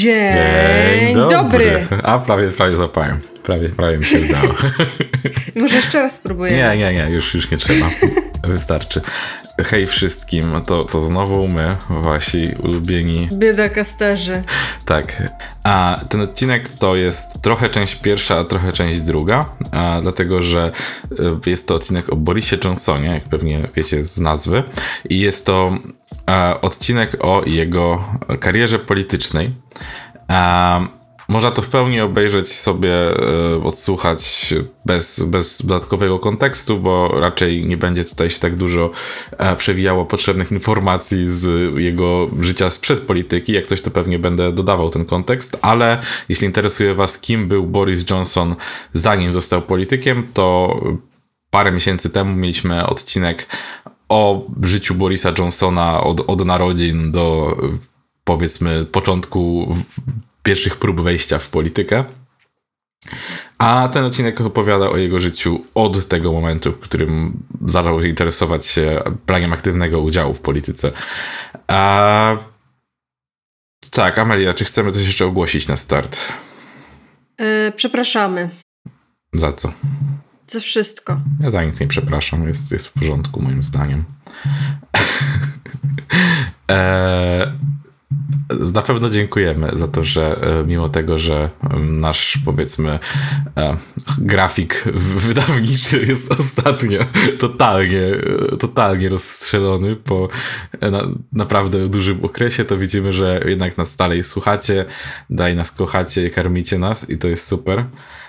Dzień dobry. A prawie złapałem. Prawie mi się udało. Może jeszcze raz spróbujemy. Nie, już nie trzeba. Wystarczy. Hej wszystkim, to znowu my, wasi ulubieni biedakasterzy. Tak. A ten odcinek to jest trochę część pierwsza, a trochę część druga, dlatego że jest to odcinek o Borisie Johnsonie, jak pewnie wiecie z nazwy. I jest to odcinek o jego karierze politycznej. Można to w pełni obejrzeć sobie, odsłuchać bez dodatkowego kontekstu, bo raczej nie będzie tutaj się tak dużo przewijało potrzebnych informacji z jego życia sprzed polityki. Jak coś, to pewnie będę dodawał ten kontekst, ale jeśli interesuje was, kim był Boris Johnson zanim został politykiem, to parę miesięcy temu mieliśmy odcinek o życiu Borisa Johnsona od narodzin do, powiedzmy, początku pierwszych prób wejścia w politykę. A ten odcinek opowiada o jego życiu od tego momentu, w którym zaczął się interesować się braniem aktywnego udziału w polityce. Tak, Amelia, czy chcemy coś jeszcze ogłosić na start? Przepraszamy. Za co? Za wszystko. Ja za nic nie przepraszam, jest w porządku moim zdaniem. Na pewno dziękujemy za to, że mimo tego, że nasz, powiedzmy, grafik wydawniczy jest ostatnio totalnie rozstrzelony po naprawdę dużym okresie, to widzimy, że jednak nas dalej słuchacie, dalej nas kochacie, karmicie nas i to jest super.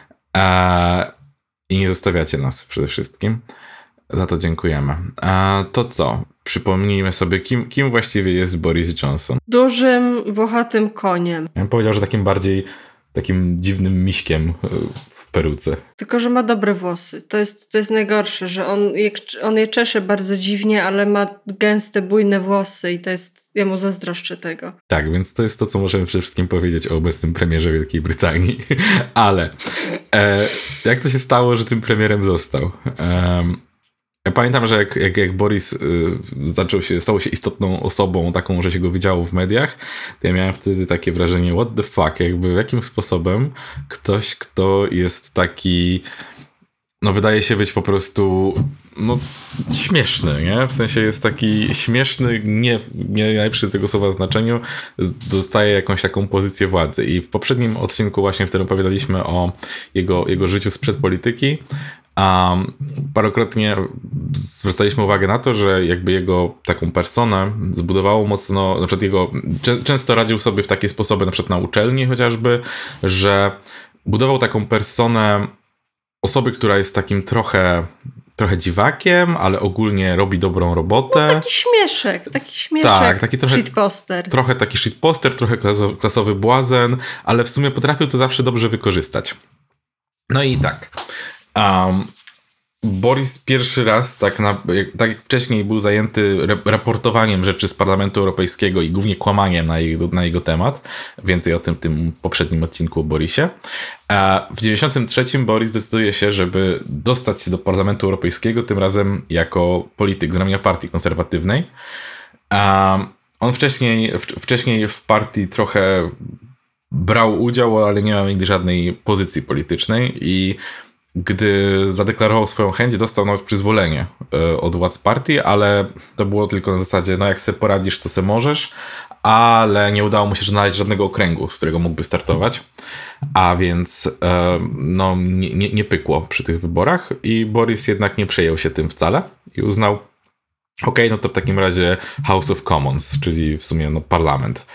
I nie zostawiacie nas przede wszystkim. Za to dziękujemy. A to co? Przypomnijmy sobie, kim właściwie jest Boris Johnson. Dużym, włochatym koniem. Ja bym powiedział, że takim dziwnym miśkiem w peruce. Tylko, że ma dobre włosy. To jest najgorsze, że on je czesze bardzo dziwnie, ale ma gęste, bujne włosy i ja mu zazdroszczę tego. Tak, więc to jest to, co możemy przede wszystkim powiedzieć o obecnym premierze Wielkiej Brytanii. Ale jak to się stało, że tym premierem został? Ja pamiętam, że jak Boris stał się istotną osobą, taką, że się go widziało w mediach, to ja miałem wtedy takie wrażenie, what the fuck, jakby jakim sposobem ktoś, kto jest taki, wydaje się być po prostu, śmieszny, nie? W sensie jest taki śmieszny, nie najlepszy tego słowa znaczeniu, dostaje jakąś taką pozycję władzy. I w poprzednim odcinku właśnie, w którym opowiadaliśmy o jego życiu sprzed polityki, parokrotnie zwracaliśmy uwagę na to, że jakby jego taką personę zbudowało mocno, na przykład często radził sobie w takie sposoby, na przykład na uczelni chociażby, że budował taką personę osoby, która jest takim trochę dziwakiem, ale ogólnie robi dobrą robotę. Taki śmieszek. Tak, taki trochę shitposter. Trochę taki shitposter, trochę klasowy błazen, ale w sumie potrafił to zawsze dobrze wykorzystać. No i tak. Boris pierwszy raz, tak jak wcześniej, był zajęty raportowaniem rzeczy z Parlamentu Europejskiego i głównie kłamaniem na jego temat. Więcej o tym poprzednim odcinku o Borisie. W 1993 Boris decyduje się, żeby dostać się do Parlamentu Europejskiego, tym razem jako polityk z ramienia partii konserwatywnej. On wcześniej w partii trochę brał udział, ale nie miał nigdy żadnej pozycji politycznej i gdy zadeklarował swoją chęć, dostał nawet przyzwolenie od władz partii, ale to było tylko na zasadzie, jak se poradzisz, to se możesz, ale nie udało mu się znaleźć żadnego okręgu, z którego mógłby startować, a więc nie pykło przy tych wyborach i Boris jednak nie przejął się tym wcale i uznał, to w takim razie House of Commons, czyli w sumie parlament.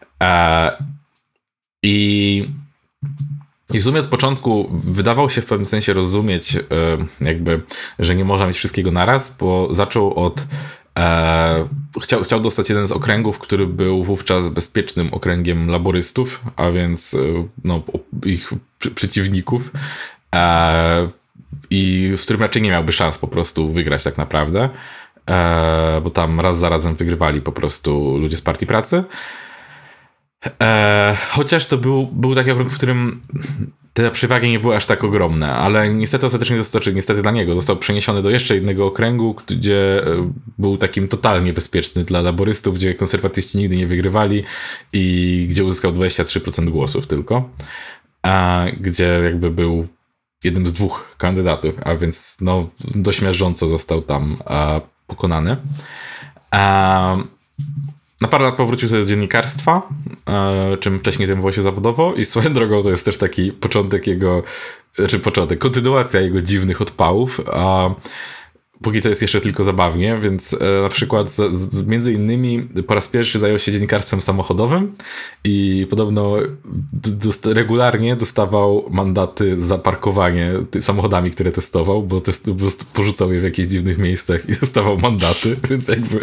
I w sumie od początku wydawał się w pewnym sensie rozumieć że nie można mieć wszystkiego naraz, bo zaczął od chciał dostać jeden z okręgów, który był wówczas bezpiecznym okręgiem laborystów, a więc ich przeciwników, i w którym raczej nie miałby szans po prostu wygrać tak naprawdę, bo tam raz za razem wygrywali po prostu ludzie z Partii Pracy. Chociaż to był taki okręg, w którym te przewagi nie były aż tak ogromne, ale niestety ostatecznie niestety dla niego został przeniesiony do jeszcze jednego okręgu, gdzie był takim totalnie bezpieczny dla laborystów, gdzie konserwatyści nigdy nie wygrywali i gdzie uzyskał 23% głosów tylko, gdzie jakby był jednym z 2 kandydatów, a więc no dość miażdżąco został tam pokonany. Na parę lat powrócił sobie do dziennikarstwa, czym wcześniej zajmował się zawodowo i swoją drogą to jest też taki kontynuacja jego dziwnych odpałów. Póki to jest jeszcze tylko zabawnie, więc na przykład między innymi po raz pierwszy zajął się dziennikarstwem samochodowym i podobno regularnie dostawał mandaty za parkowanie samochodami, które testował, bo porzucał je w jakichś dziwnych miejscach i dostawał mandaty, więc jakby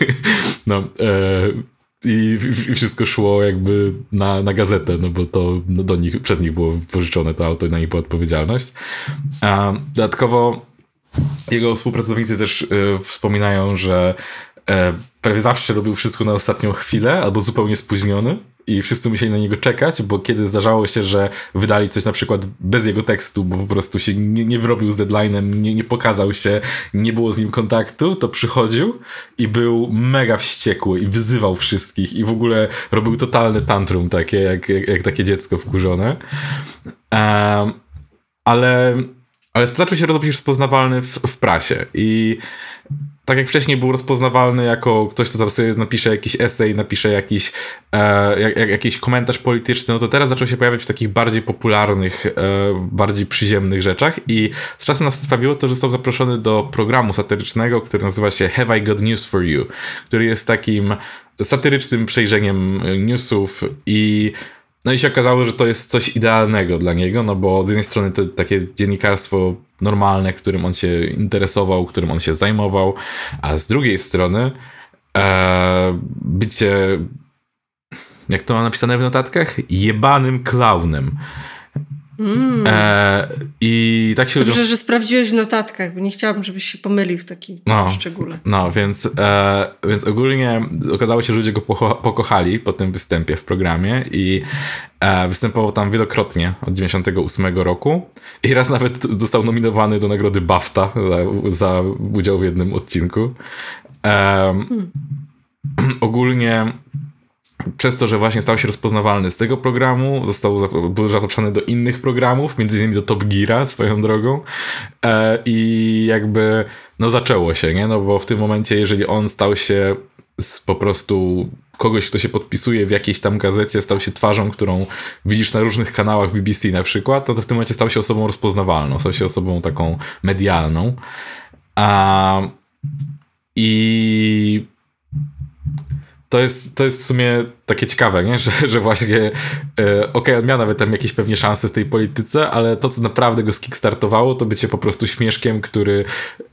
i wszystko szło jakby na gazetę, no bo to przez nich było pożyczone to auto i na nich była odpowiedzialność. Dodatkowo jego współpracownicy też wspominają, że prawie zawsze robił wszystko na ostatnią chwilę albo zupełnie spóźniony i wszyscy musieli na niego czekać, bo kiedy zdarzało się, że wydali coś na przykład bez jego tekstu, bo po prostu się nie wyrobił z deadline'em, nie pokazał się, nie było z nim kontaktu, to przychodził i był mega wściekły i wyzywał wszystkich i w ogóle robił totalne tantrum takie, jak takie dziecko wkurzone. Ale zaczął się robić rozpoznawalny w prasie i tak jak wcześniej był rozpoznawalny jako ktoś, kto tam sobie napisze jakiś esej, napisze jakiś komentarz polityczny, no to teraz zaczął się pojawiać w takich bardziej popularnych, bardziej przyziemnych rzeczach i z czasem nas sprawiło to, że został zaproszony do programu satyrycznego, który nazywa się Have I Got News For You, który jest takim satyrycznym przejrzeniem newsów no i się okazało, że to jest coś idealnego dla niego, no bo z jednej strony to takie dziennikarstwo normalne, którym on się interesował, którym on się zajmował, a z drugiej strony bycie, jak to mam napisane w notatkach, jebanym klaunem. I tak się Dobrze, że sprawdziłeś w notatkach, bo nie chciałabym, żebyś się pomylił w takim szczególe. No, więc ogólnie okazało się, że ludzie go pokochali po tym występie w programie i występował tam wielokrotnie od 98 roku i raz nawet został nominowany do nagrody BAFTA za udział w jednym odcinku. Ogólnie przez to, że właśnie stał się rozpoznawalny z tego programu, był zaproszony do innych programów, między innymi do Top Geara swoją drogą i jakby zaczęło się, nie? No bo w tym momencie, jeżeli on stał się po prostu kogoś, kto się podpisuje w jakiejś tam gazecie, stał się twarzą, którą widzisz na różnych kanałach BBC na przykład, no to w tym momencie stał się osobą rozpoznawalną, stał się osobą taką medialną. I to jest w sumie takie ciekawe, nie? Że właśnie on miał nawet tam jakieś pewnie szanse w tej polityce, ale to, co naprawdę go skickstartowało, to bycie po prostu śmieszkiem, który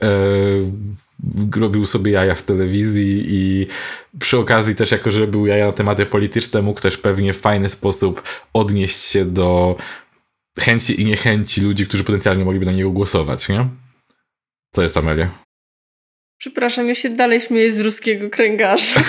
robił sobie jaja w telewizji i przy okazji też, jako że był jaja na tematy polityczne, mógł też pewnie w fajny sposób odnieść się do chęci i niechęci ludzi, którzy potencjalnie mogliby na niego głosować, nie? Co jest, Amelia? Przepraszam, ja się dalej śmieję z ruskiego kręgarza.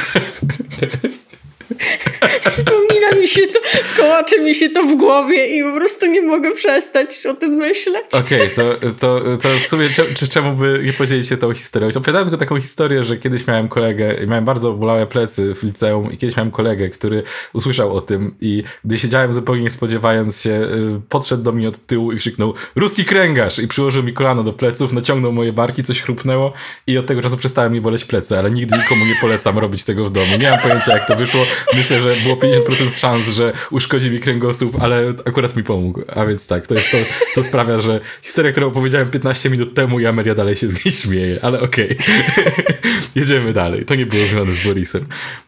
Przypomina mi się to, kołacze mi się to w głowie i po prostu nie mogę przestać o tym myśleć. Okej, to w sumie czemu by nie podzielić się tą historią? Opowiadałem tylko taką historię, że kiedyś miałem kolegę, miałem bardzo bolałe plecy w liceum i kiedyś miałem kolegę, który usłyszał o tym i gdy siedziałem zupełnie nie spodziewając się, podszedł do mnie od tyłu i krzyknął: ruski kręgarz! I przyłożył mi kolano do pleców, naciągnął moje barki, coś chrupnęło i od tego czasu przestały mi boleć plecy, ale nigdy nikomu nie polecam robić tego w domu. Nie mam pojęcia, jak to wyszło. Myślę, że było 50% szans, że uszkodzi mi kręgosłup, ale akurat mi pomógł. A więc tak, to jest to, co sprawia, że historia, którą opowiedziałem 15 minut temu i Amelia dalej się z niej śmieje, ale okej. Jedziemy dalej. To nie było związane z Borisem.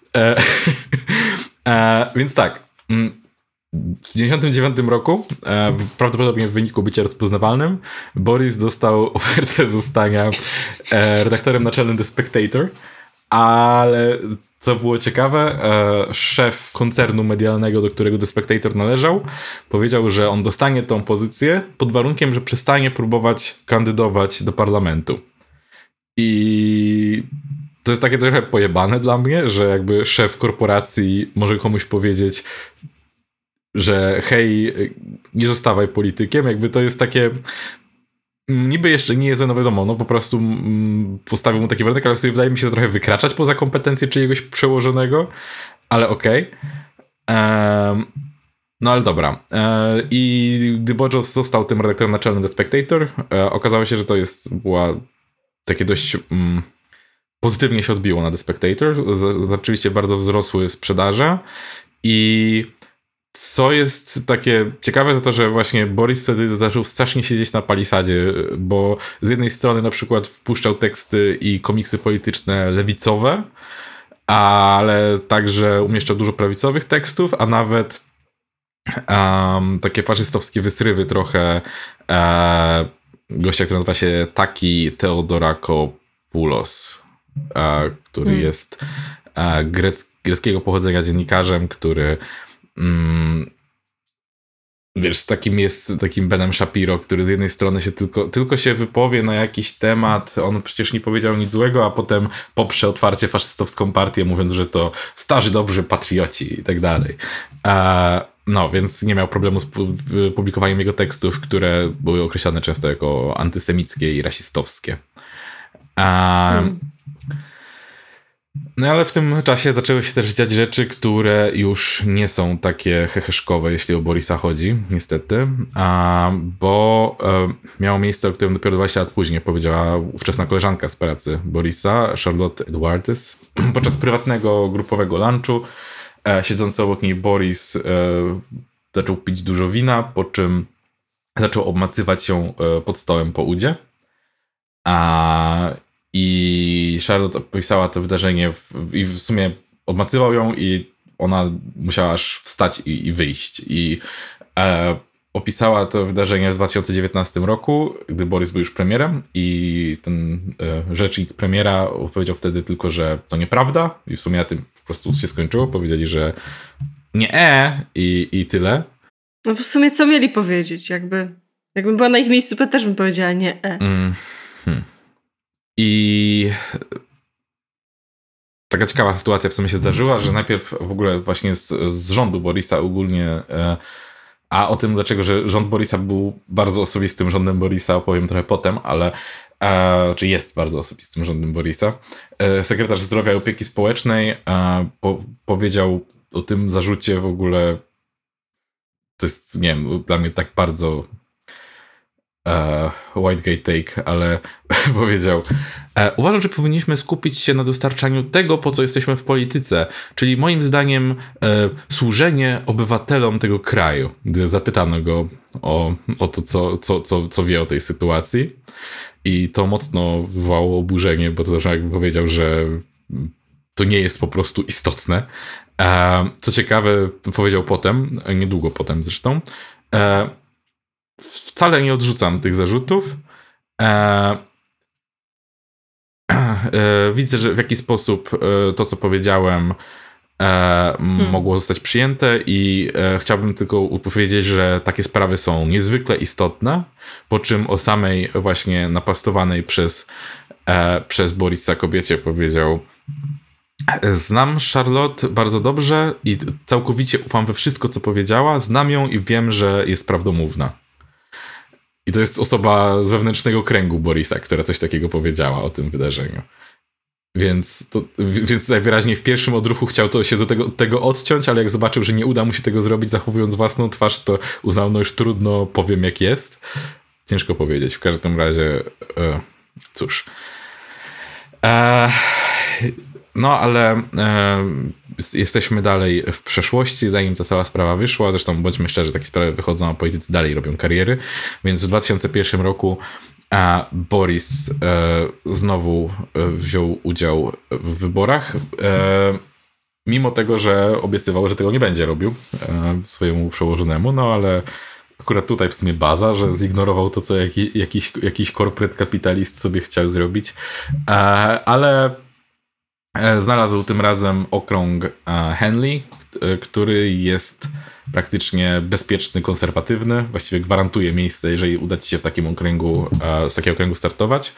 Więc tak. W 1999 roku, prawdopodobnie w wyniku bycia rozpoznawalnym, Boris dostał ofertę zostania redaktorem naczelnym The Spectator, ale co było ciekawe, szef koncernu medialnego, do którego The Spectator należał, powiedział, że on dostanie tą pozycję pod warunkiem, że przestanie próbować kandydować do parlamentu. I to jest takie trochę pojebane dla mnie, że jakby szef korporacji może komuś powiedzieć: że hej, nie zostawaj politykiem, jakby to jest takie... Niby jeszcze nie jest, no wiadomo, no po prostu postawił mu taki warunek, ale w sobie wydaje mi się to trochę wykraczać poza kompetencje czyjegoś przełożonego, ale okej. No ale dobra. I gdy Bojo został tym redaktorem naczelnym The Spectator, okazało się, że to była takie dość pozytywnie się odbiło na The Spectator. Rzeczywiście bardzo wzrosły sprzedaże i co jest takie ciekawe, to to, że właśnie Boris wtedy zaczął strasznie siedzieć na palisadzie, bo z jednej strony na przykład wpuszczał teksty i komiksy polityczne lewicowe, ale także umieszczał dużo prawicowych tekstów, a nawet takie faszystowskie wysrywy trochę gościa, który nazywa się Taki Theodorakopoulos, który jest greckiego pochodzenia dziennikarzem, który wiesz, takim Benem Shapiro, który z jednej strony się tylko się wypowie na jakiś temat, on przecież nie powiedział nic złego, a potem poprze otwarcie faszystowską partię, mówiąc, że to starzy, dobrzy patrioci i tak dalej. No, więc nie miał problemu z publikowaniem jego tekstów, które były określane często jako antysemickie i rasistowskie. No ale w tym czasie zaczęły się też dziać rzeczy, które już nie są takie heheszkowe, jeśli o Borisa chodzi, niestety, bo miało miejsce, o którym dopiero 20 lat później powiedziała ówczesna koleżanka z pracy Borisa, Charlotte Edwardes, podczas prywatnego, grupowego lunchu. Siedzący obok niej Boris zaczął pić dużo wina, po czym zaczął obmacywać ją pod stołem po udzie. I Charlotte opisała to wydarzenie i w sumie obmacywał ją i ona musiała aż wstać i wyjść. I opisała to wydarzenie w 2019 roku, gdy Boris był już premierem i ten rzecznik premiera powiedział wtedy tylko, że to nieprawda i w sumie na tym po prostu się skończyło. Powiedzieli, że nie i tyle. No w sumie co mieli powiedzieć? Jakbym była na ich miejscu, to też bym powiedziała nie. I taka ciekawa sytuacja w sumie się zdarzyła, że najpierw w ogóle właśnie z rządu Borisa ogólnie, a o tym dlaczego, że rząd Borisa był bardzo osobistym rządem Borisa, opowiem trochę potem, ale czy jest bardzo osobistym rządem Borisa. Sekretarz Zdrowia i Opieki Społecznej powiedział o tym zarzucie w ogóle, to jest, nie wiem, dla mnie tak bardzo Whitegate take, ale powiedział: uważam, że powinniśmy skupić się na dostarczaniu tego, po co jesteśmy w polityce, czyli moim zdaniem służenie obywatelom tego kraju. Gdy zapytano go o to, co wie o tej sytuacji, i to mocno wywołało oburzenie, bo to znaczy jakby powiedział, że to nie jest po prostu istotne. Co ciekawe, powiedział potem, niedługo potem zresztą, wcale nie odrzucam tych zarzutów. Widzę, że w jakiś sposób to, co powiedziałem, mogło zostać przyjęte i chciałbym tylko powiedzieć, że takie sprawy są niezwykle istotne, po czym o samej właśnie napastowanej przez Borisa kobiecie powiedział: znam Charlotte bardzo dobrze i całkowicie ufam we wszystko, co powiedziała, znam ją i wiem, że jest prawdomówna. I to jest osoba z wewnętrznego kręgu Borisa, która coś takiego powiedziała o tym wydarzeniu. Więc najwyraźniej w pierwszym odruchu chciał to się do tego odciąć, ale jak zobaczył, że nie uda mu się tego zrobić zachowując własną twarz, to uznał, no już trudno, powiem jak jest. Ciężko powiedzieć. W każdym razie cóż. No ale jesteśmy dalej w przeszłości, zanim ta cała sprawa wyszła. Zresztą bądźmy szczerzy, takie sprawy wychodzą, a politycy dalej robią kariery. Więc w 2001 roku Boris znowu wziął udział w wyborach. Mimo tego, że obiecywał, że tego nie będzie robił swojemu przełożonemu, no ale akurat tutaj w sumie baza, że zignorował to, co jakiś corporate kapitalist sobie chciał zrobić. Ale znalazł tym razem okrąg Henley, który jest praktycznie bezpieczny, konserwatywny. Właściwie gwarantuje miejsce, jeżeli uda ci się z takiego okręgu startować.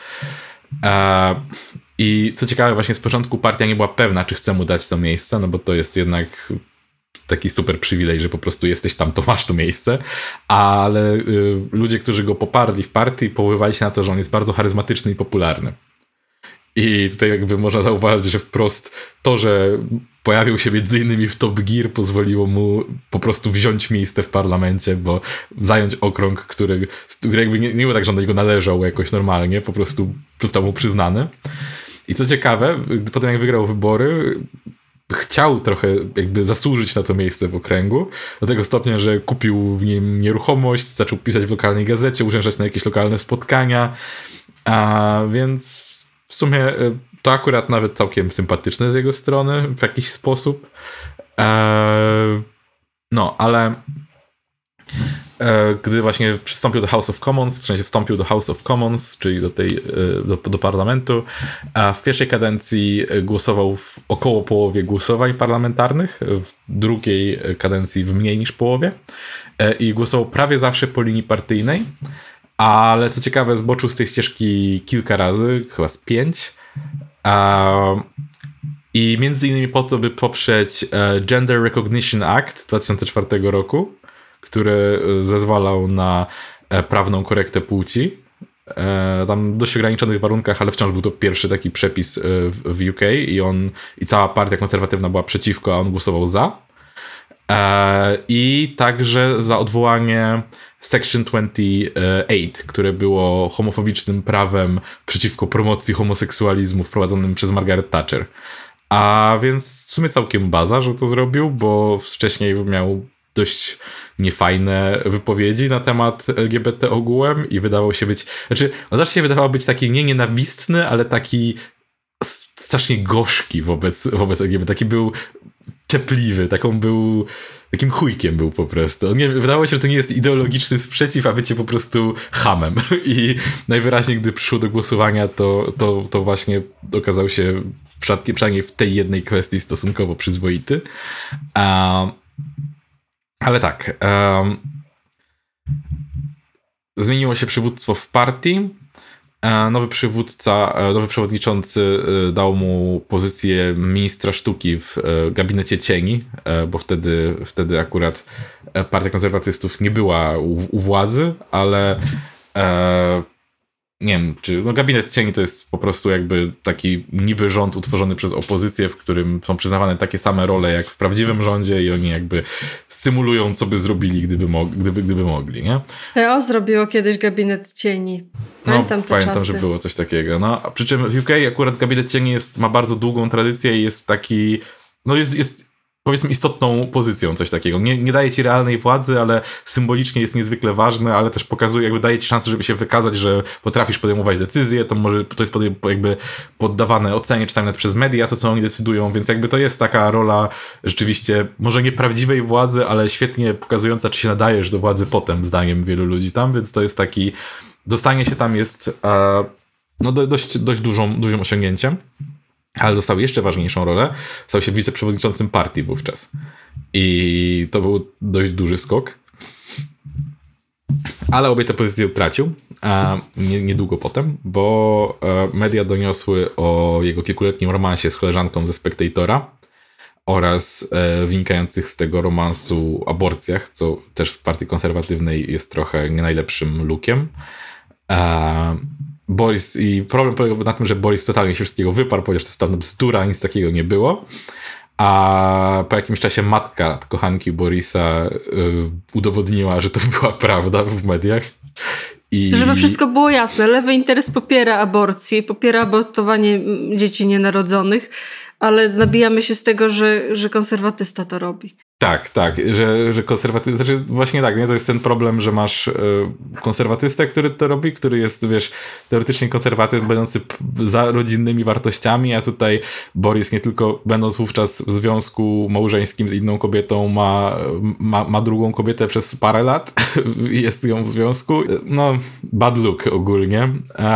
I co ciekawe, właśnie z początku partia nie była pewna, czy chce mu dać to miejsce, no bo to jest jednak taki super przywilej, że po prostu jesteś tam, to masz to miejsce, ale ludzie, którzy go poparli w partii, powoływali się na to, że on jest bardzo charyzmatyczny i popularny. I tutaj jakby można zauważyć, że wprost to, że pojawił się między innymi w Top Gear, pozwoliło mu po prostu wziąć miejsce w parlamencie, bo zająć okrąg, który jakby nie było tak, że on do niego należał jakoś normalnie, po prostu został mu przyznany. I co ciekawe, potem jak wygrał wybory, chciał trochę jakby zasłużyć na to miejsce w okręgu, do tego stopnia, że kupił w nim nieruchomość, zaczął pisać w lokalnej gazecie, uczęszczać na jakieś lokalne spotkania, więc w sumie to akurat nawet całkiem sympatyczne z jego strony w jakiś sposób. No, ale gdy właśnie przystąpił do House of Commons, w sensie wstąpił do House of Commons, czyli do parlamentu, w pierwszej kadencji głosował w około połowie głosowań parlamentarnych, w drugiej kadencji w mniej niż połowie i głosował prawie zawsze po linii partyjnej, ale co ciekawe zboczył z tej ścieżki kilka razy, chyba z 5, i między innymi po to, by poprzeć Gender Recognition Act 2004 roku, który zezwalał na prawną korektę płci. Tam w dość ograniczonych warunkach, ale wciąż był to pierwszy taki przepis w UK i cała partia konserwatywna była przeciwko, a on głosował za. I także za odwołanie Section 28, które było homofobicznym prawem przeciwko promocji homoseksualizmu wprowadzonym przez Margaret Thatcher. A więc w sumie całkiem baza, że to zrobił, bo wcześniej miał dość niefajne wypowiedzi na temat LGBT ogółem i wydawał się być, on zawsze się wydawał być taki nie nienawistny, ale taki strasznie gorzki wobec LGBT. Taki był czepliwy, takim chujkiem był po prostu. Wydawało się, że to nie jest ideologiczny sprzeciw, a bycie po prostu chamem. I najwyraźniej, gdy przyszło do głosowania, to właśnie okazał się przynajmniej w tej jednej kwestii stosunkowo przyzwoity. Ale tak. Zmieniło się przywództwo w partii. Nowy przewodniczący dał mu pozycję ministra sztuki w gabinecie cieni, bo wtedy akurat partia konserwatystów nie była u władzy, ale nie wiem, gabinet cieni to jest po prostu jakby taki niby rząd utworzony przez opozycję, w którym są przyznawane takie same role jak w prawdziwym rządzie i oni jakby symulują, co by zrobili, gdyby mogli, nie? PO zrobiło kiedyś gabinet cieni. Pamiętam czasy. Że było coś takiego. No, a przy czym w UK akurat gabinet cieni ma bardzo długą tradycję i jest taki, jest powiedzmy istotną pozycją, coś takiego. Nie daje ci realnej władzy, ale symbolicznie jest niezwykle ważne, ale też pokazuje, jakby daje ci szansę, żeby się wykazać, że potrafisz podejmować decyzje, to jest jakby poddawane ocenie czasami nawet przez media, to co oni decydują, więc jakby to jest taka rola rzeczywiście, może nie prawdziwej władzy, ale świetnie pokazująca, czy się nadajesz do władzy potem, zdaniem wielu ludzi tam, więc to jest taki, dostanie się tam jest dość dużym osiągnięciem. Ale dostał jeszcze ważniejszą rolę. Stał się wiceprzewodniczącym partii wówczas. I to był dość duży skok. Ale obie te pozycje utracił. Niedługo potem, bo media doniosły o jego kilkuletnim romansie z koleżanką ze Spectatora oraz wynikających z tego romansu aborcjach, co też w partii konserwatywnej jest trochę nie najlepszym lookiem. Problem polegał na tym, że Boris totalnie się wszystkiego wyparł, powiedział, że to jest totalna bzdura, nic takiego nie było. A po jakimś czasie matka kochanki Borisa udowodniła, że to była prawda w mediach. Żeby wszystko było jasne, lewy interes popiera aborcję, popiera abortowanie dzieci nienarodzonych, ale nabijamy się z tego, że konserwatysta to robi. Tak, że konserwatysta, właśnie tak, nie? To jest ten problem, że masz konserwatystę, który to robi, który jest, teoretycznie konserwatyzm będący za rodzinnymi wartościami, a tutaj Boris nie tylko będąc wówczas w związku małżeńskim z inną kobietą ma drugą kobietę przez parę lat i jest z nią w związku. No, bad look ogólnie.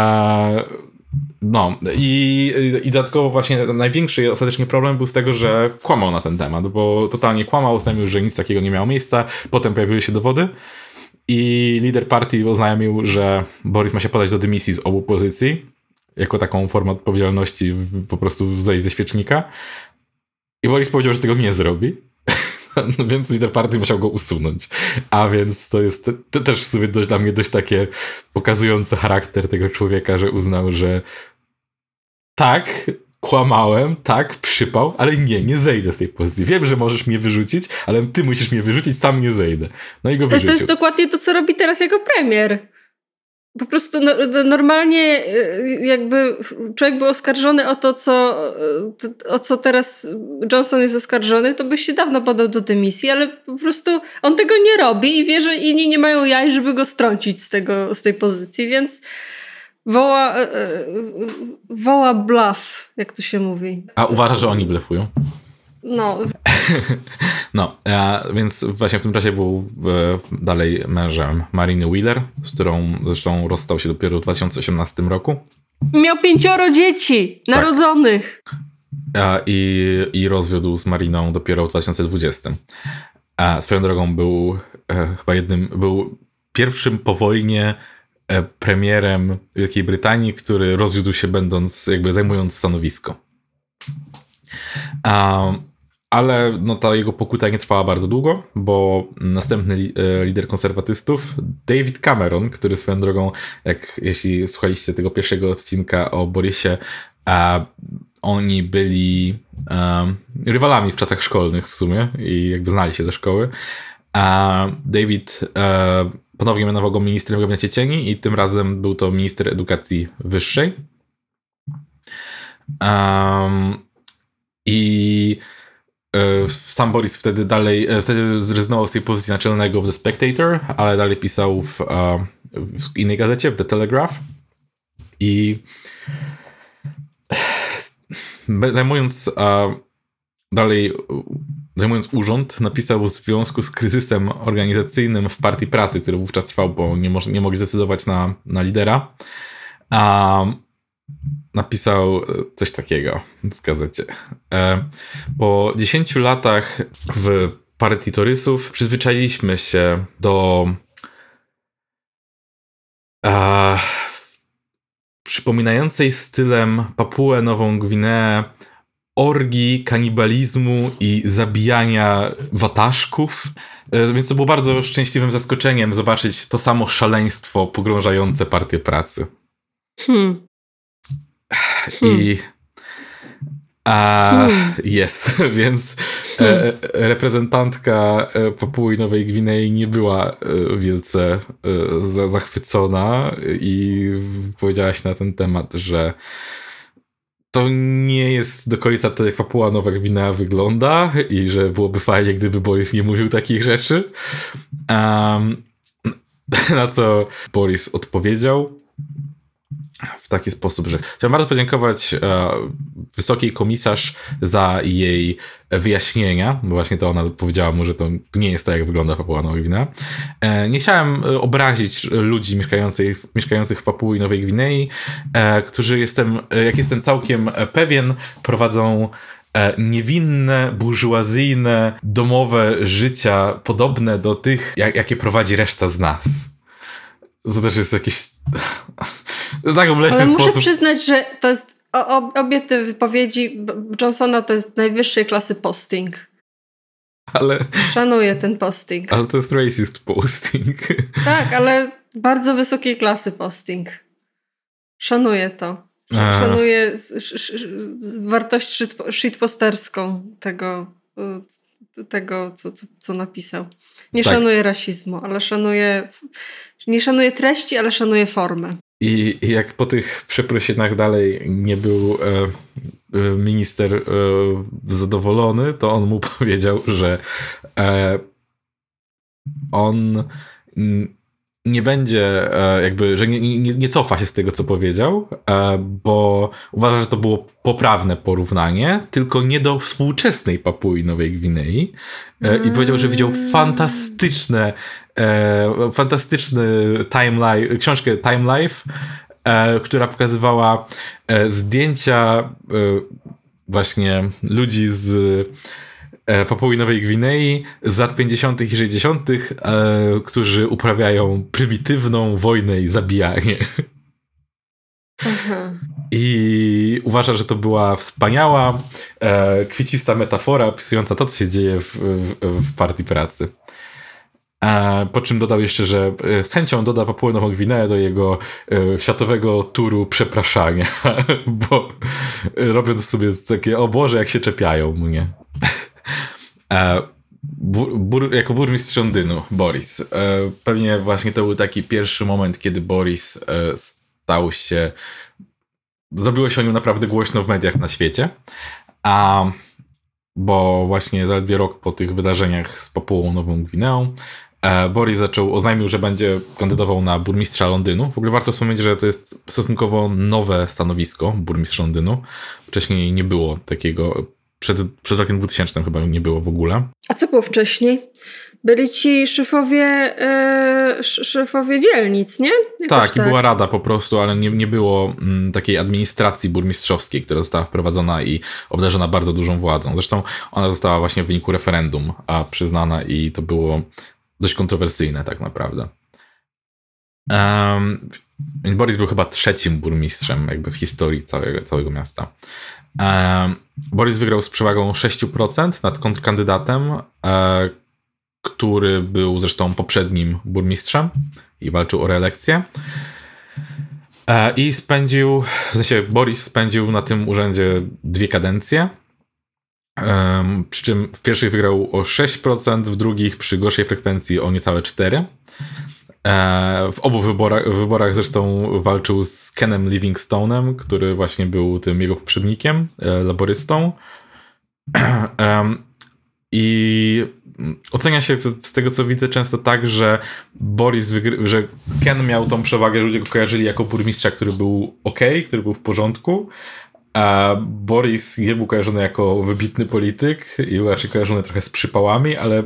I dodatkowo właśnie największy ostatecznie problem był z tego, że kłamał na ten temat, bo totalnie kłamał, oznajmił, że nic takiego nie miało miejsca, potem pojawiły się dowody i lider partii oznajmił, że Boris ma się podać do dymisji z obu pozycji, jako taką formę odpowiedzialności po prostu zejść ze świecznika i Boris powiedział, że tego nie zrobi. więc lider partii musiał go usunąć. A więc to jest to też w sumie dla mnie dość takie pokazujące charakter tego człowieka, że uznał, że tak, kłamałem, tak, przypał, ale nie zejdę z tej pozycji. Wiem, że możesz mnie wyrzucić, ale ty musisz mnie wyrzucić, sam nie zejdę. No i go wyrzucił. To jest dokładnie to, co robi teraz jako premier. Po prostu normalnie jakby człowiek był oskarżony o co teraz Johnson jest oskarżony, to by się dawno podał do dymisji, ale po prostu on tego nie robi i wie, że inni nie mają jaj, żeby go strącić z tej pozycji, więc woła bluff, jak to się mówi. A uważa, że oni blefują? No. No, więc właśnie w tym czasie był dalej mężem Mariny Wheeler, z którą zresztą rozstał się dopiero w 2018 roku. Miał 5 dzieci narodzonych. I rozwiódł z Mariną dopiero w 2020. Swoją drogą był był pierwszym po wojnie premierem Wielkiej Brytanii, który rozwiódł się zajmując stanowisko. Ale ta jego pokuta nie trwała bardzo długo, bo następny lider konserwatystów, David Cameron, który swoją drogą, jeśli słuchaliście tego pierwszego odcinka o Borisie, oni byli rywalami w czasach szkolnych w sumie i znali się ze szkoły. David ponownie mianował go ministrem w gabinecie cieni i tym razem był to minister edukacji wyższej. I sam Boris wtedy zrezygnował z tej pozycji naczelnego w The Spectator, ale dalej pisał w innej gazecie, w The Telegraph. I zajmując urząd, napisał w związku z kryzysem organizacyjnym w Partii Pracy, który wówczas trwał, bo nie mogli zdecydować na lidera. Napisał coś takiego w gazecie. Po 10 latach w partii torysów przyzwyczailiśmy się do przypominającej stylem Papuę Nową Gwineę orgii, kanibalizmu i zabijania wataszków. Więc to było bardzo szczęśliwym zaskoczeniem zobaczyć to samo szaleństwo pogrążające Partię Pracy. I więc reprezentantka Papui Nowej Gwinei nie była wielce zachwycona i powiedziała się na ten temat, że to nie jest do końca to, jak Papua Nowa Gwinea wygląda i że byłoby fajnie, gdyby Boris nie mówił takich rzeczy. Na co Boris odpowiedział w taki sposób, że chciałem bardzo podziękować wysokiej komisarz za jej wyjaśnienia, bo właśnie to ona powiedziała mu, że to nie jest tak, jak wygląda Papua Nowa Gwinea. Nie chciałem obrazić ludzi mieszkających w Papui Nowej Gwinei, którzy jak jestem całkiem pewien, prowadzą niewinne, burżuazyjne, domowe życia podobne do tych, jakie prowadzi reszta z nas. To też jest jakieś ale muszę przyznać, że to jest obie te wypowiedzi Johnsona to jest najwyższej klasy posting. Ale szanuję ten posting. Ale to jest racist posting. Tak, ale bardzo wysokiej klasy posting. Szanuję to. Szanuję wartość shitposterską tego co napisał. Nie szanuję rasizmu, ale nie szanuję treści, ale szanuję formę. I jak po tych przeprosinach dalej nie był minister zadowolony, to on mu powiedział, że on nie będzie że nie cofa się z tego, co powiedział, bo uważa, że to było poprawne porównanie, tylko nie do współczesnej Papui Nowej Gwinei. I powiedział, że widział fantastyczny książkę Time Life, która pokazywała zdjęcia właśnie ludzi z Papui Nowej Gwinei z lat 50. i 60., którzy uprawiają prymitywną wojnę i zabijanie. Aha. I uważa, że to była wspaniała, kwiecista metafora opisująca to, co się dzieje w Partii Pracy. Po czym dodał jeszcze, że z chęcią doda Papuę Nową Gwineę do jego światowego turu przepraszania, bo robiąc sobie takie, o Boże, jak się czepiają mnie. Jako burmistrz Londynu, Boris. Pewnie właśnie to był taki pierwszy moment, kiedy Boris zrobiło się o nim naprawdę głośno w mediach na świecie. Bo właśnie zaledwie rok po tych wydarzeniach z Papuą Nową Gwineą Boris oznajmił, że będzie kandydował na burmistrza Londynu. W ogóle warto wspomnieć, że to jest stosunkowo nowe stanowisko, burmistrz Londynu. Wcześniej nie było takiego, przed rokiem 2000 chyba nie było w ogóle. A co było wcześniej? Byli ci szefowie dzielnic, nie? Tak, i była rada po prostu, ale nie było takiej administracji burmistrzowskiej, która została wprowadzona i obdarzona bardzo dużą władzą. Zresztą ona została właśnie w wyniku referendum przyznana i to było dość kontrowersyjne tak naprawdę. Boris był chyba trzecim burmistrzem jakby w historii całego miasta. Boris wygrał z przewagą 6% nad kontrkandydatem, który był zresztą poprzednim burmistrzem i walczył o reelekcję. I Boris spędził na tym urzędzie 2 kadencje. Przy czym w pierwszych wygrał o 6%, w drugich przy gorszej frekwencji o niecałe 4%. W obu wyborach zresztą walczył z Kenem Livingstone'em, który właśnie był tym jego poprzednikiem, laborystą. I ocenia się z tego, co widzę, często tak, że że Ken miał tą przewagę, że ludzie go kojarzyli jako burmistrza, który był który był w porządku, a Boris nie był kojarzony jako wybitny polityk i był raczej kojarzony trochę z przypałami, ale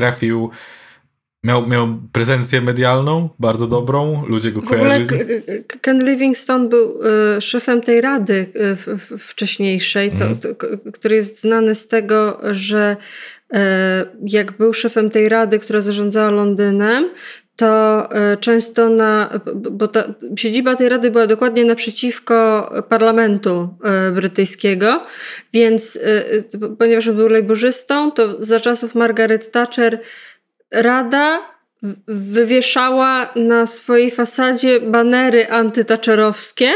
miał prezencję medialną bardzo dobrą, ludzie go kojarzyli. Ken Livingstone był szefem tej rady wcześniejszej, który jest znany z tego, że jak był szefem tej rady, która zarządzała Londynem, to często bo ta siedziba tej rady była dokładnie naprzeciwko parlamentu brytyjskiego, więc ponieważ był lejborzystą, to za czasów Margaret Thatcher Rada wywieszała na swojej fasadzie banery antytacherowskie.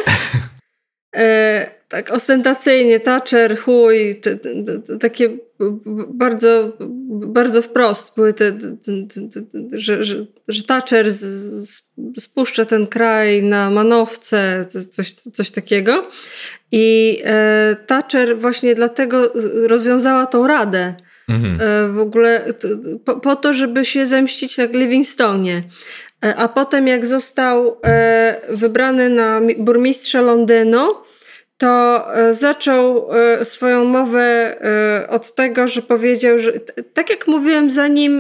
Tak ostentacyjnie, Thatcher, chuj, takie bardzo, bardzo wprost były że Thatcher spuszcza ten kraj na manowce, coś takiego. I Thatcher właśnie dlatego rozwiązała tą radę. W ogóle po to, żeby się zemścić na Livingstone'ie. A potem jak został wybrany na burmistrza Londynu, to zaczął swoją mowę od tego, że powiedział, że tak jak mówiłem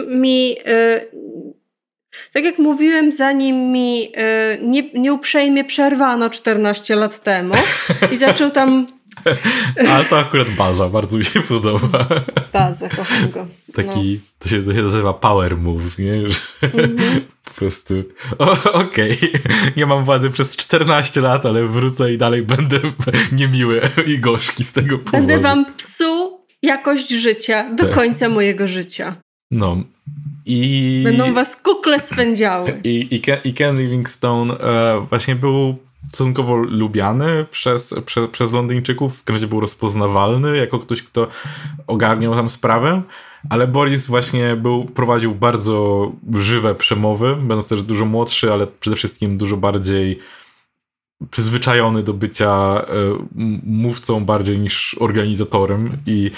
zanim mi nieuprzejmie przerwano 14 lat temu i zaczął tam... Ale to akurat baza, bardzo mi się podoba. Baza, kocham go. To się nazywa power move, nie? Że po prostu okej, nie mam władzy przez 14 lat, ale wrócę i dalej będę niemiły i gorzki z tego powodu. Będę wam psuł jakość życia do końca mojego życia. No. Będą was kukle swędziały. I Ken Livingstone właśnie był stosunkowo lubiany przez Londyńczyków, w każdym razie był rozpoznawalny jako ktoś, kto ogarniał tam sprawę, ale Boris właśnie prowadził bardzo żywe przemowy, będąc też dużo młodszy, ale przede wszystkim dużo bardziej przyzwyczajony do bycia mówcą bardziej niż organizatorem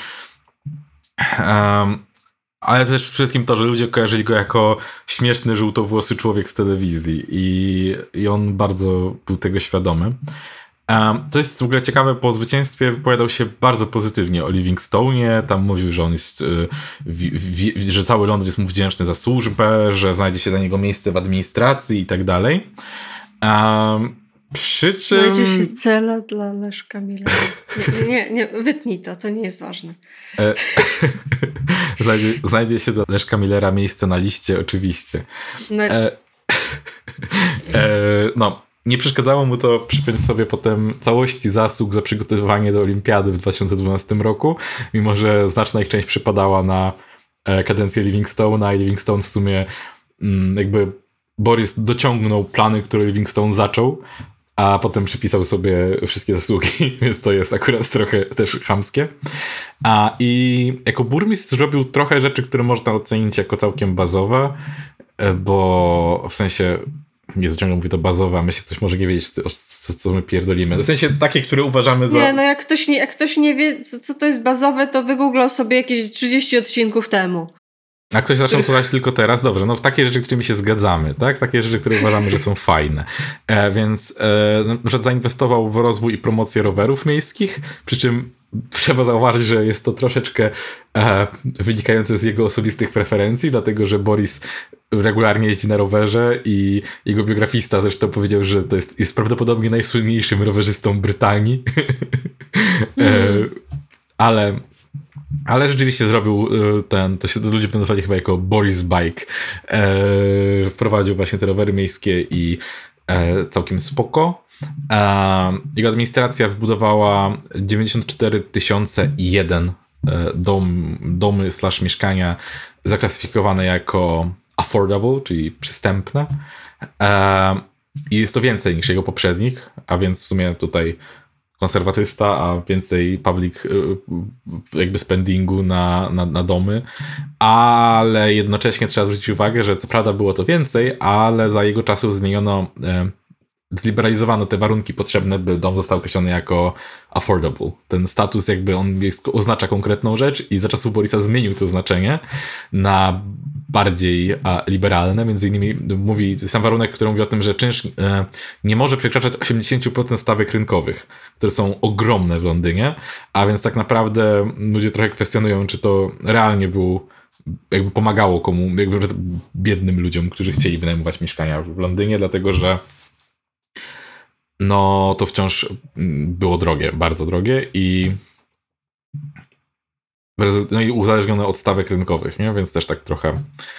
ale też przede wszystkim to, że ludzie kojarzyli go jako śmieszny, żółtowłosy człowiek z telewizji i on bardzo był tego świadomy. Co jest w ogóle ciekawe, po zwycięstwie wypowiadał się bardzo pozytywnie o Livingstone'ie, tam mówił, że on jest, że cały Londyn jest mu wdzięczny za służbę, że znajdzie się dla niego miejsce w administracji i tak dalej. Przy czym... Znajdzie się cela dla Leszka Millera. Nie, wytnij to nie jest ważne. Znajdzie się dla Leszka Millera miejsce na liście, oczywiście. No. nie przeszkadzało mu to przypiąć sobie potem całości zasług za przygotowywanie do olimpiady w 2012 roku, mimo że znaczna ich część przypadała na kadencję Livingstone'a i Livingstone w sumie jakby Boris dociągnął plany, które Livingstone zaczął, a potem przypisał sobie wszystkie zasługi, więc to jest akurat trochę też chamskie. I jako burmistrz zrobił trochę rzeczy, które można ocenić jako całkiem bazowe, bo w sensie, nie ciągle mówię to bazowe, a myślę, ktoś może nie wiedzieć, co my pierdolimy. W sensie takie, które uważamy za... Nie, no jak ktoś nie wie, co to jest bazowe, to wygooglał sobie jakieś 30 odcinków temu. A ktoś zaczął słuchać tylko teraz? Dobrze, no w takie rzeczy, którymi się zgadzamy, tak? Takie rzeczy, które uważamy, że są fajne. Więc na przykład zainwestował w rozwój i promocję rowerów miejskich, przy czym trzeba zauważyć, że jest to troszeczkę wynikające z jego osobistych preferencji, dlatego że Boris regularnie jeździ na rowerze i jego biografista zresztą powiedział, że to jest prawdopodobnie najsłynniejszym rowerzystą Brytanii. Ale rzeczywiście zrobił ludzie to nazwali chyba jako Boris Bike. Wprowadził właśnie te rowery miejskie i całkiem spoko. Jego administracja wybudowała 94 001 domy / mieszkania zaklasyfikowane jako affordable, czyli przystępne. I jest to więcej niż jego poprzednik, a więc w sumie tutaj konserwatysta, a więcej public jakby spendingu na domy, ale jednocześnie trzeba zwrócić uwagę, że co prawda było to więcej, ale za jego czasów zliberalizowano te warunki potrzebne, by dom został określony jako affordable. Ten status jakby oznacza konkretną rzecz i za czasów Borisa zmienił to znaczenie na bardziej liberalne. Między innymi mówi sam warunek, który mówi o tym, że czynsz nie może przekraczać 80% stawek rynkowych, które są ogromne w Londynie, a więc tak naprawdę ludzie trochę kwestionują, czy to realnie jakby pomagało jakby biednym ludziom, którzy chcieli wynajmować mieszkania w Londynie, dlatego że no to wciąż było drogie, bardzo drogie i uzależnione od stawek rynkowych, nie? Więc też tak trochę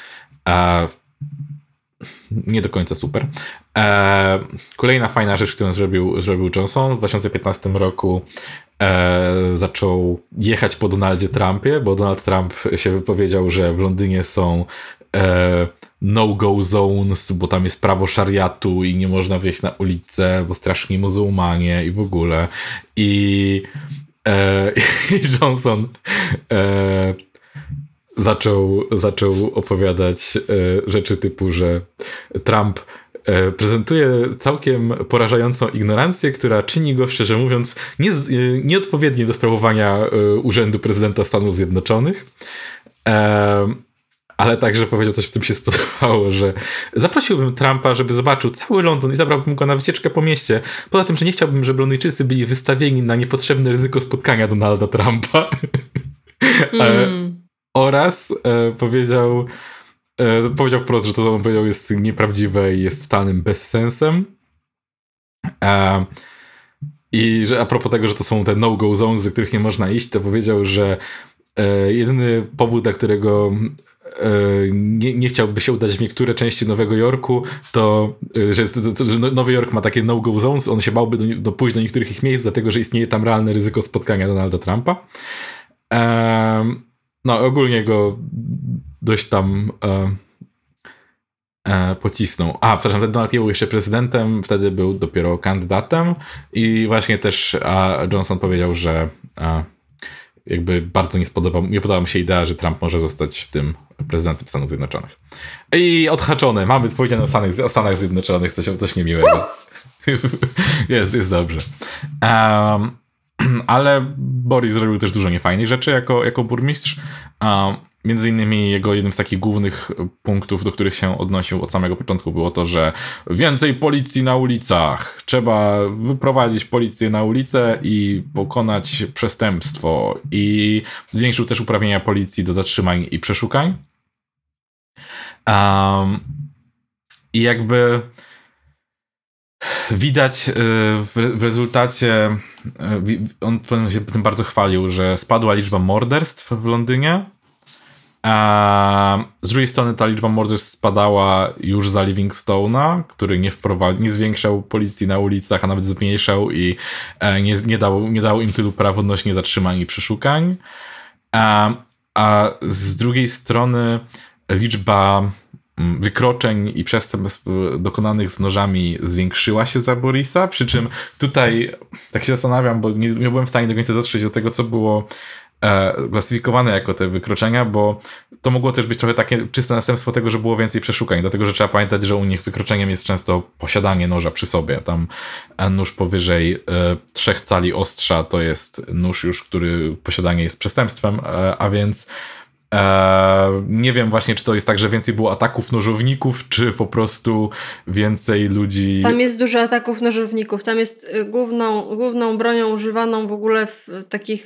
nie do końca super. Kolejna fajna rzecz, którą zrobił Johnson w 2015 roku zaczął jechać po Donaldzie Trumpie, bo Donald Trump się wypowiedział, że w Londynie są no-go zones, bo tam jest prawo szariatu i nie można wyjść na ulicę, bo straszni muzułmanie i w ogóle. I Johnson zaczął opowiadać rzeczy typu, że Trump prezentuje całkiem porażającą ignorancję, która czyni go, szczerze mówiąc, nieodpowiednim do sprawowania urzędu prezydenta Stanów Zjednoczonych. Ale także powiedział coś, w tym się spodobało, że zaprosiłbym Trumpa, żeby zobaczył cały Londyn i zabrałbym go na wycieczkę po mieście. Poza tym, że nie chciałbym, żeby Londyńczycy byli wystawieni na niepotrzebne ryzyko spotkania Donalda Trumpa. Oraz powiedział wprost, że to, co on powiedział, jest nieprawdziwe i jest totalnym bezsensem. I że a propos tego, że to są te no-go zones, do których nie można iść, to powiedział, że jedyny powód, dla którego nie chciałby się udać w niektóre części Nowego Jorku, to że Nowy Jork ma takie no-go zones, on się bałby pójść do niektórych ich miejsc, dlatego że istnieje tam realne ryzyko spotkania Donalda Trumpa. No ogólnie go dość tam pocisnął. Przepraszam, wtedy Donald nie był jeszcze prezydentem, wtedy był dopiero kandydatem i właśnie też Johnson powiedział, że jakby bardzo nie podoba mu się idea, że Trump może zostać tym prezydentem Stanów Zjednoczonych. I odhaczone. Mamy powiedziane o Stanach Zjednoczonych, coś niemiłego. jest dobrze. Ale Boris zrobił też dużo niefajnych rzeczy jako burmistrz. Między innymi jednym z takich głównych punktów, do których się odnosił od samego początku, było to, że więcej policji na ulicach. Trzeba wyprowadzić policję na ulicę i pokonać przestępstwo. I zwiększył też uprawnienia policji do zatrzymań i przeszukań. I jakby widać w rezultacie, on się tym bardzo chwalił, że spadła liczba morderstw w Londynie. A z drugiej strony ta liczba morderstw spadała już za Livingstone'a, który nie zwiększał policji na ulicach, a nawet zmniejszał i nie dał im tylu praw odnośnie zatrzymań i przeszukań. A z drugiej strony liczba wykroczeń i przestępstw dokonanych z nożami zwiększyła się za Borisa, przy czym tutaj tak się zastanawiam, bo nie byłem w stanie do końca dotrzeć do tego, co było klasyfikowane jako te wykroczenia, bo to mogło też być trochę takie czyste następstwo tego, że było więcej przeszukań, dlatego że trzeba pamiętać, że u nich wykroczeniem jest często posiadanie noża przy sobie. Tam nóż powyżej 3 cali ostrza to jest nóż już, który posiadanie jest przestępstwem, a więc nie wiem właśnie, czy to jest tak, że więcej było ataków nożowników, czy po prostu więcej ludzi... Tam jest dużo ataków nożowników. Tam jest główną bronią używaną w ogóle w takich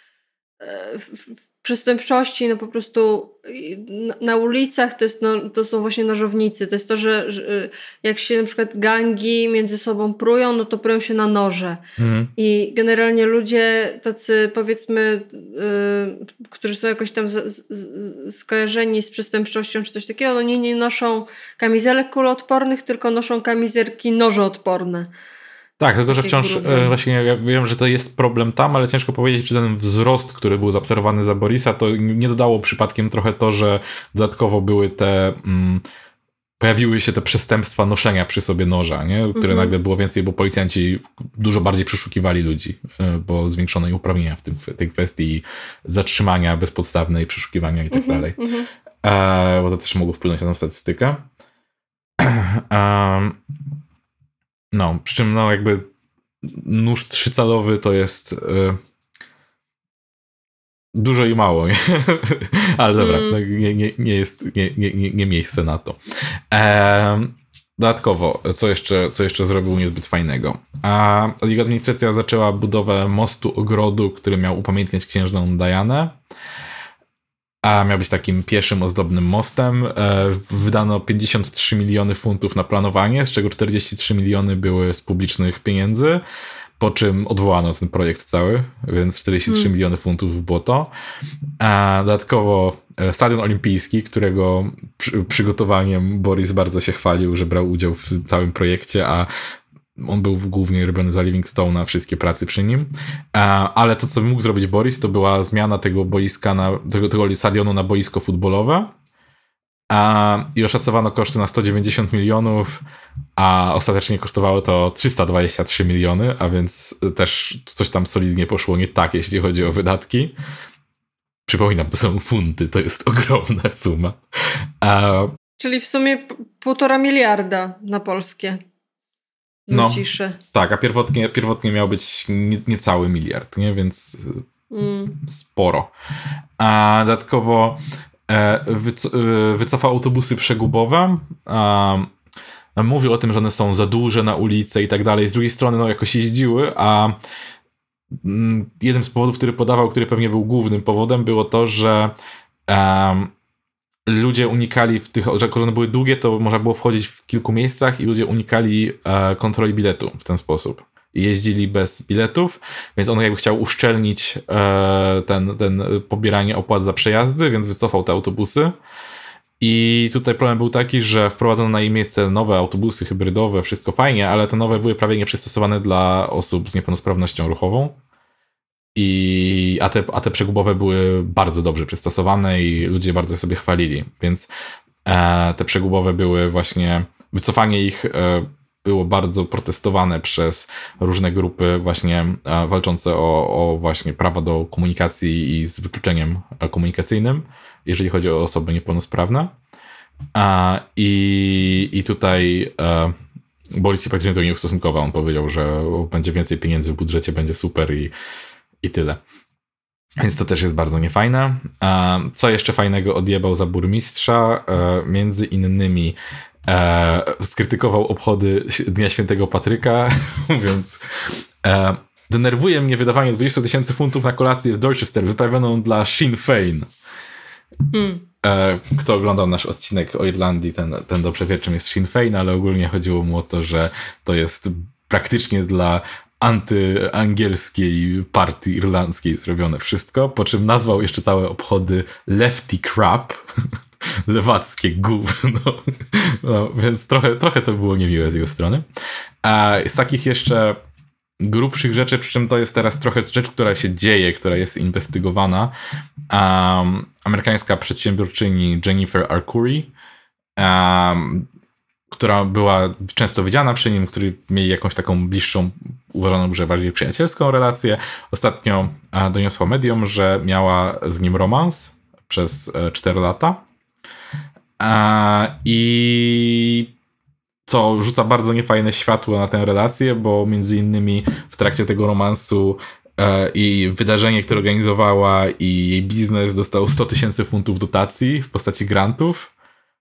w przestępczości, no po prostu na ulicach to są właśnie nożownicy. To jest to, że jak się na przykład gangi między sobą prują, no to prują się na noże. I generalnie ludzie tacy, powiedzmy, którzy są jakoś tam skojarzeni z przestępczością czy coś takiego, no nie noszą kamizelek kuloodpornych, tylko noszą kamizelki nożoodporne. Tak, tylko że wciąż właśnie ja wiem, że to jest problem tam, ale ciężko powiedzieć, czy ten wzrost, który był zaobserwowany za Borisa, to nie dodało przypadkiem trochę to, że dodatkowo były pojawiły się te przestępstwa noszenia przy sobie noża, nie? Które nagle było więcej, bo policjanci dużo bardziej przeszukiwali ludzi, bo zwiększono im uprawnienia w tej kwestii zatrzymania bezpodstawnej, przeszukiwania i tak dalej. Bo to też mogło wpłynąć na tą statystykę. No, przy czym no jakby nóż 3-calowy to jest dużo i mało, nie? Ale dobra, nie jest nie miejsce na to. Dodatkowo, co jeszcze zrobił niezbyt fajnego? Jego administracja zaczęła budowę mostu ogrodu, który miał upamiętniać księżną Dianę. A miał być takim pieszym, ozdobnym mostem. Wydano 53 miliony funtów na planowanie, z czego 43 miliony były z publicznych pieniędzy, po czym odwołano ten projekt cały, więc 43 miliony funtów w błoto. Dodatkowo Stadion Olimpijski, którego przygotowaniem Boris bardzo się chwalił, że brał udział w całym projekcie, a on był głównie robiony za Livingstone'a, wszystkie prace przy nim. Ale to, co mógł zrobić Boris, to była zmiana tego boiska, tego stadionu na boisko futbolowe. I oszacowano koszty na 190 milionów, a ostatecznie kosztowało to 323 miliony, a więc też coś tam solidnie poszło nie tak, jeśli chodzi o wydatki. Przypominam, to są funty, to jest ogromna suma. Czyli w sumie 1,5 miliarda na polskie. Ciszę. Tak, a pierwotnie miał być niecały miliard, nie? Więc sporo. A dodatkowo wycofał autobusy przegubowe. Mówił o tym, że one są za duże na ulicy i tak dalej. Z drugiej strony no jakoś jeździły, a jeden z powodów, który podawał, który pewnie był głównym powodem, było to, że ludzie unikali że one były długie, to można było wchodzić w kilku miejscach i ludzie unikali kontroli biletu w ten sposób. I jeździli bez biletów, więc on jakby chciał uszczelnić ten pobieranie opłat za przejazdy, więc wycofał te autobusy. I tutaj problem był taki, że wprowadzono na ich miejsce nowe autobusy hybrydowe, wszystko fajnie, ale te nowe były prawie nieprzystosowane dla osób z niepełnosprawnością ruchową. A te przegubowe były bardzo dobrze przystosowane i ludzie bardzo sobie chwalili, więc te przegubowe były właśnie, wycofanie ich było bardzo protestowane przez różne grupy właśnie walczące o właśnie prawa do komunikacji i z wykluczeniem komunikacyjnym, jeżeli chodzi o osoby niepełnosprawne. I tutaj Boris się praktycznie do niej ustosunkował. On powiedział, że będzie więcej pieniędzy w budżecie, będzie super i tyle. Więc to też jest bardzo niefajne. Co jeszcze fajnego odjebał za burmistrza? Między innymi skrytykował obchody Dnia Świętego Patryka, mówiąc: denerwuje mnie wydawanie 20 000 funtów na kolację w Dorchester wyprawioną dla Sinn Féin. Kto oglądał nasz odcinek o Irlandii, ten dobrze wie, czym jest Sinn Féin, ale ogólnie chodziło mu o to, że to jest praktycznie dla antyangielskiej partii irlandzkiej zrobione wszystko, po czym nazwał jeszcze całe obchody Lefty Crap, lewackie gówno. No, więc trochę to było niemiłe z jego strony. A z takich jeszcze grubszych rzeczy, przy czym to jest teraz trochę rzecz, która się dzieje, która jest inwestygowana. Amerykańska przedsiębiorczyni Jennifer Arcuri, która była często widziana przy nim, który mieli jakąś taką bliższą, uważaną, że bardziej przyjacielską relację. Ostatnio doniosła mediom, że miała z nim romans przez 4 lata. I co rzuca bardzo niefajne światło na tę relację, bo między innymi w trakcie tego romansu i wydarzenie, które organizowała i jej biznes dostał 100 000 funtów dotacji w postaci grantów,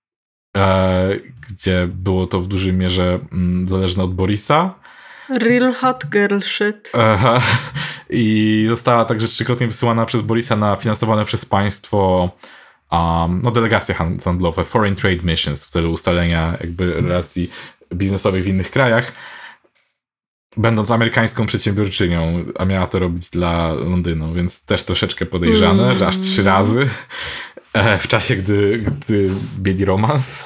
gdzie było to w dużej mierze zależne od Borisa. Real hot girl shit. I została także 3-krotnie wysyłana przez Borisa na finansowane przez państwo delegacje handlowe, Foreign Trade Missions, w celu ustalenia jakby relacji biznesowych w innych krajach, będąc amerykańską przedsiębiorczynią, a miała to robić dla Londynu, więc też troszeczkę podejrzane, że aż 3 razy w czasie, gdy mieli romans.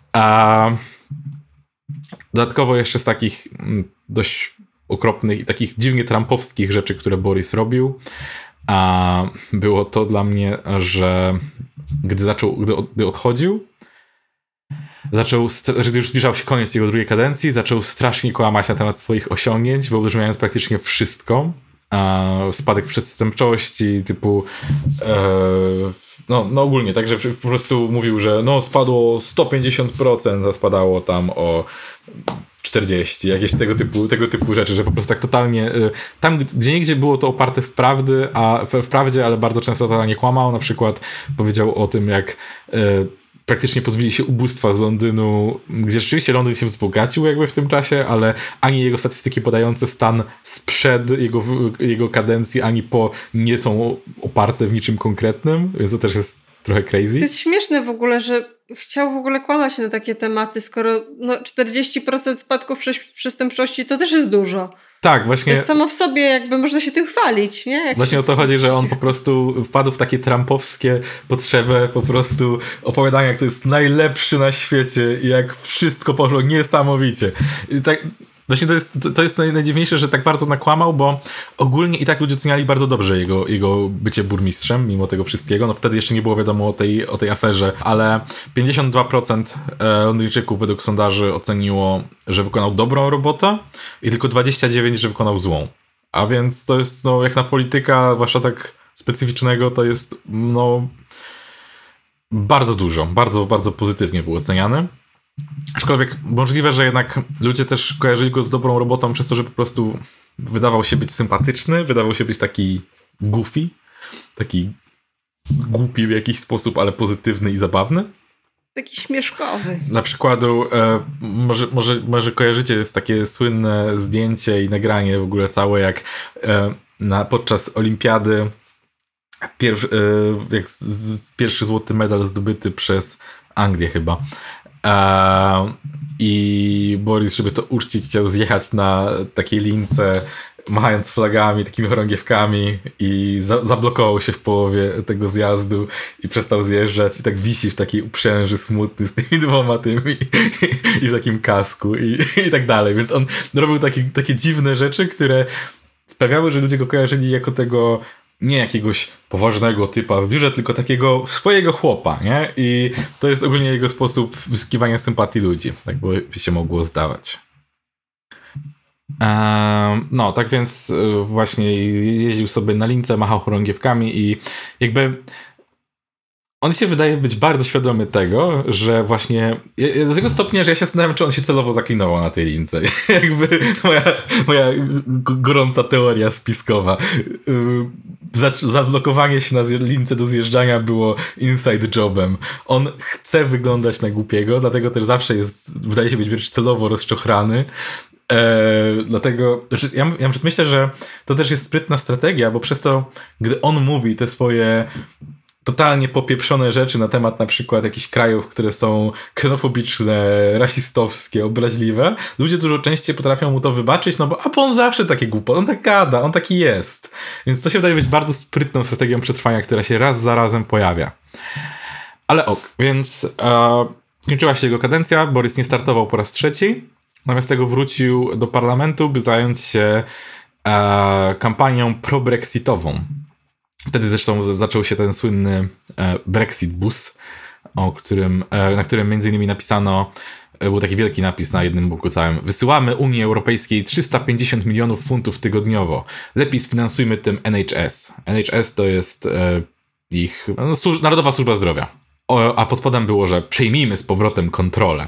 Dodatkowo jeszcze z takich dość okropnych i takich dziwnie trumpowskich rzeczy, które Boris robił, było to dla mnie, że gdy odchodził, gdy już zbliżał się koniec jego drugiej kadencji, zaczął strasznie kłamać na temat swoich osiągnięć, wyolbrzymiając praktycznie wszystko. Spadek przestępczości, typu ogólnie, także po prostu mówił, że spadło 150%, a spadało tam o 40, jakieś tego typu rzeczy, że po prostu tak totalnie tam, gdzieniegdzie było to oparte w prawdzie, ale bardzo często totalnie kłamał. Na przykład powiedział o tym, jak praktycznie pozbyli się ubóstwa z Londynu, gdzie rzeczywiście Londyn się wzbogacił jakby w tym czasie, ale ani jego statystyki podające stan sprzed jego kadencji, ani po nie są oparte w niczym konkretnym, więc to też jest trochę crazy. To jest śmieszne w ogóle, że chciał w ogóle kłamać na takie tematy, skoro 40% spadków przestępczości to też jest dużo. Tak, właśnie. To jest samo w sobie, jakby można się tym chwalić, nie? Jak właśnie o to chodzi, że on po prostu wpadł w takie trumpowskie potrzeby po prostu opowiadania, jak to jest najlepszy na świecie i jak wszystko poszło niesamowicie. I tak, właśnie to jest najdziwniejsze, że tak bardzo nakłamał, bo ogólnie i tak ludzie oceniali bardzo dobrze jego bycie burmistrzem, mimo tego wszystkiego. Wtedy jeszcze nie było wiadomo o tej aferze, ale 52% Londyńczyków według sondaży oceniło, że wykonał dobrą robotę i tylko 29%, że wykonał złą. A więc to jest jak na polityka, zwłaszcza tak specyficznego, to jest bardzo dużo, bardzo, bardzo pozytywnie był oceniany. Aczkolwiek możliwe, że jednak ludzie też kojarzyli go z dobrą robotą przez to, że po prostu wydawał się być sympatyczny, wydawał się być taki goofy, taki głupi w jakiś sposób, ale pozytywny i zabawny. Taki śmieszkowy. Na przykładu, może kojarzycie, jest takie słynne zdjęcie i nagranie w ogóle całe, jak podczas olimpiady pierwszy złoty medal zdobyty przez Anglię chyba. I Boris, żeby to uczcić, chciał zjechać na takiej lince, machając flagami, takimi chorągiewkami i zablokował się w połowie tego zjazdu i przestał zjeżdżać i tak wisi w takiej uprzęży smutny z tymi 2 tymi i w takim kasku i tak dalej. Więc on robił takie dziwne rzeczy, które sprawiały, że ludzie go kojarzyli jako tego nie jakiegoś poważnego typa w biurze, tylko takiego swojego chłopa, nie? I to jest ogólnie jego sposób wyzyskiwania sympatii ludzi, tak by się mogło zdawać. Tak więc właśnie jeździł sobie na lince, machał chorągiewkami i jakby on się wydaje być bardzo świadomy tego, że właśnie do tego stopnia, że ja się zastanawiam, czy on się celowo zaklinował na tej lince. Jakby moja gorąca teoria spiskowa. Zablokowanie się na lince do zjeżdżania było inside jobem. On chce wyglądać na głupiego, dlatego też zawsze wydaje się być wręcz celowo rozczochrany. Dlatego ja myślę, że to też jest sprytna strategia, bo przez to, gdy on mówi te swoje totalnie popieprzone rzeczy na temat na przykład jakichś krajów, które są ksenofobiczne, rasistowskie, obraźliwe, ludzie dużo częściej potrafią mu to wybaczyć, no bo on zawsze takie głupoty, on tak gada, on taki jest. Więc to się wydaje być bardzo sprytną strategią przetrwania, która się raz za razem pojawia. Ale więc skończyła się jego kadencja, Boris nie startował po raz trzeci, zamiast tego wrócił do parlamentu, by zająć się kampanią pro-brexitową. Wtedy zresztą zaczął się ten słynny Brexit Bus, na którym między innymi napisano, był taki wielki napis na jednym boku całym: wysyłamy Unii Europejskiej 350 milionów funtów tygodniowo. Lepiej sfinansujmy tym NHS. NHS to jest ich Narodowa Służba Zdrowia. A pod spodem było, że przejmijmy z powrotem kontrolę.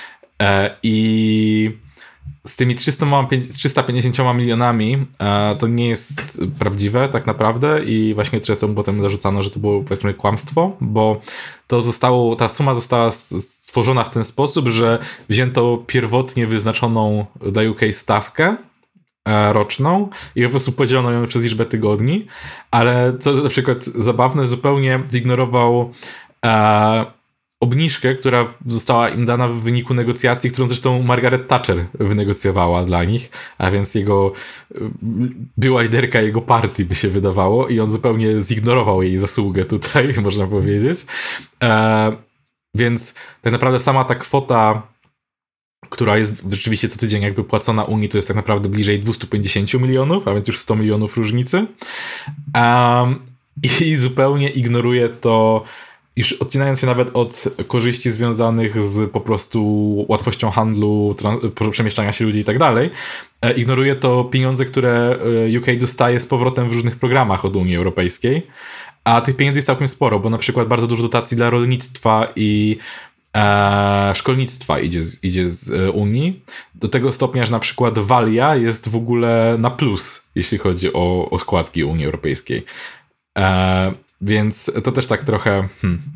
I z tymi 350 milionami to nie jest prawdziwe tak naprawdę i właśnie często potem zarzucano, że to było właśnie kłamstwo, bo ta suma została stworzona w ten sposób, że wzięto pierwotnie wyznaczoną dla UK stawkę roczną i po prostu podzielono ją przez liczbę tygodni, ale co na przykład zabawne, zupełnie zignorował obniżkę, która została im dana w wyniku negocjacji, którą zresztą Margaret Thatcher wynegocjowała dla nich, a więc była liderka jego partii, by się wydawało, i on zupełnie zignorował jej zasługę tutaj, można powiedzieć. Więc tak naprawdę sama ta kwota, która jest rzeczywiście co tydzień jakby płacona Unii, to jest tak naprawdę bliżej 250 milionów, a więc już 100 milionów różnicy. I zupełnie ignoruje to, już odcinając się nawet od korzyści związanych z po prostu łatwością handlu, przemieszczania się ludzi i tak dalej, ignoruje to pieniądze, które UK dostaje z powrotem w różnych programach od Unii Europejskiej, a tych pieniędzy jest całkiem sporo, bo na przykład bardzo dużo dotacji dla rolnictwa i szkolnictwa idzie z Unii, do tego stopnia, że na przykład Walia jest w ogóle na plus, jeśli chodzi o składki Unii Europejskiej. Więc to też tak trochę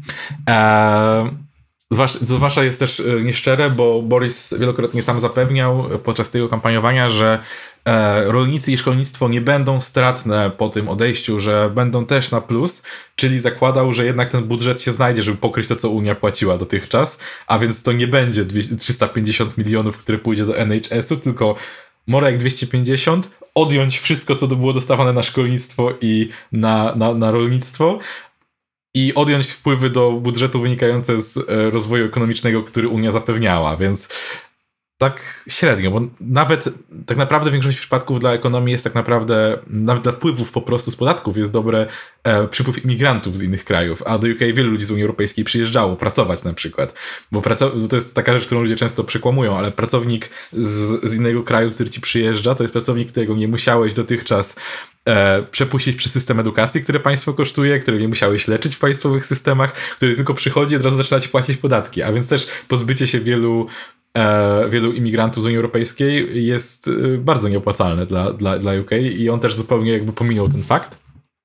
zwłaszcza jest też nieszczere, bo Boris wielokrotnie sam zapewniał podczas tego kampaniowania, że rolnicy i szkolnictwo nie będą stratne po tym odejściu, że będą też na plus, czyli zakładał, że jednak ten budżet się znajdzie, żeby pokryć to, co Unia płaciła dotychczas, a więc to nie będzie 350 milionów, które pójdzie do NHS-u, tylko more jak 250, odjąć wszystko, co było dostawane na szkolnictwo i na rolnictwo i odjąć wpływy do budżetu wynikające z rozwoju ekonomicznego, który Unia zapewniała, więc tak średnio, bo nawet tak naprawdę w większości przypadków dla ekonomii jest tak naprawdę, nawet dla wpływów po prostu z podatków jest dobre przypływ imigrantów z innych krajów, a do UK wielu ludzi z Unii Europejskiej przyjeżdżało pracować na przykład, bo to jest taka rzecz, którą ludzie często przekłamują, ale pracownik z innego kraju, który ci przyjeżdża, to jest pracownik, którego nie musiałeś dotychczas przepuścić przez system edukacji, które państwo kosztuje, które nie musiałeś leczyć w państwowych systemach, który tylko przychodzi i od razu zaczyna ci płacić podatki, a więc też pozbycie się wielu imigrantów z Unii Europejskiej jest bardzo nieopłacalne dla UK i on też zupełnie jakby pominął ten fakt.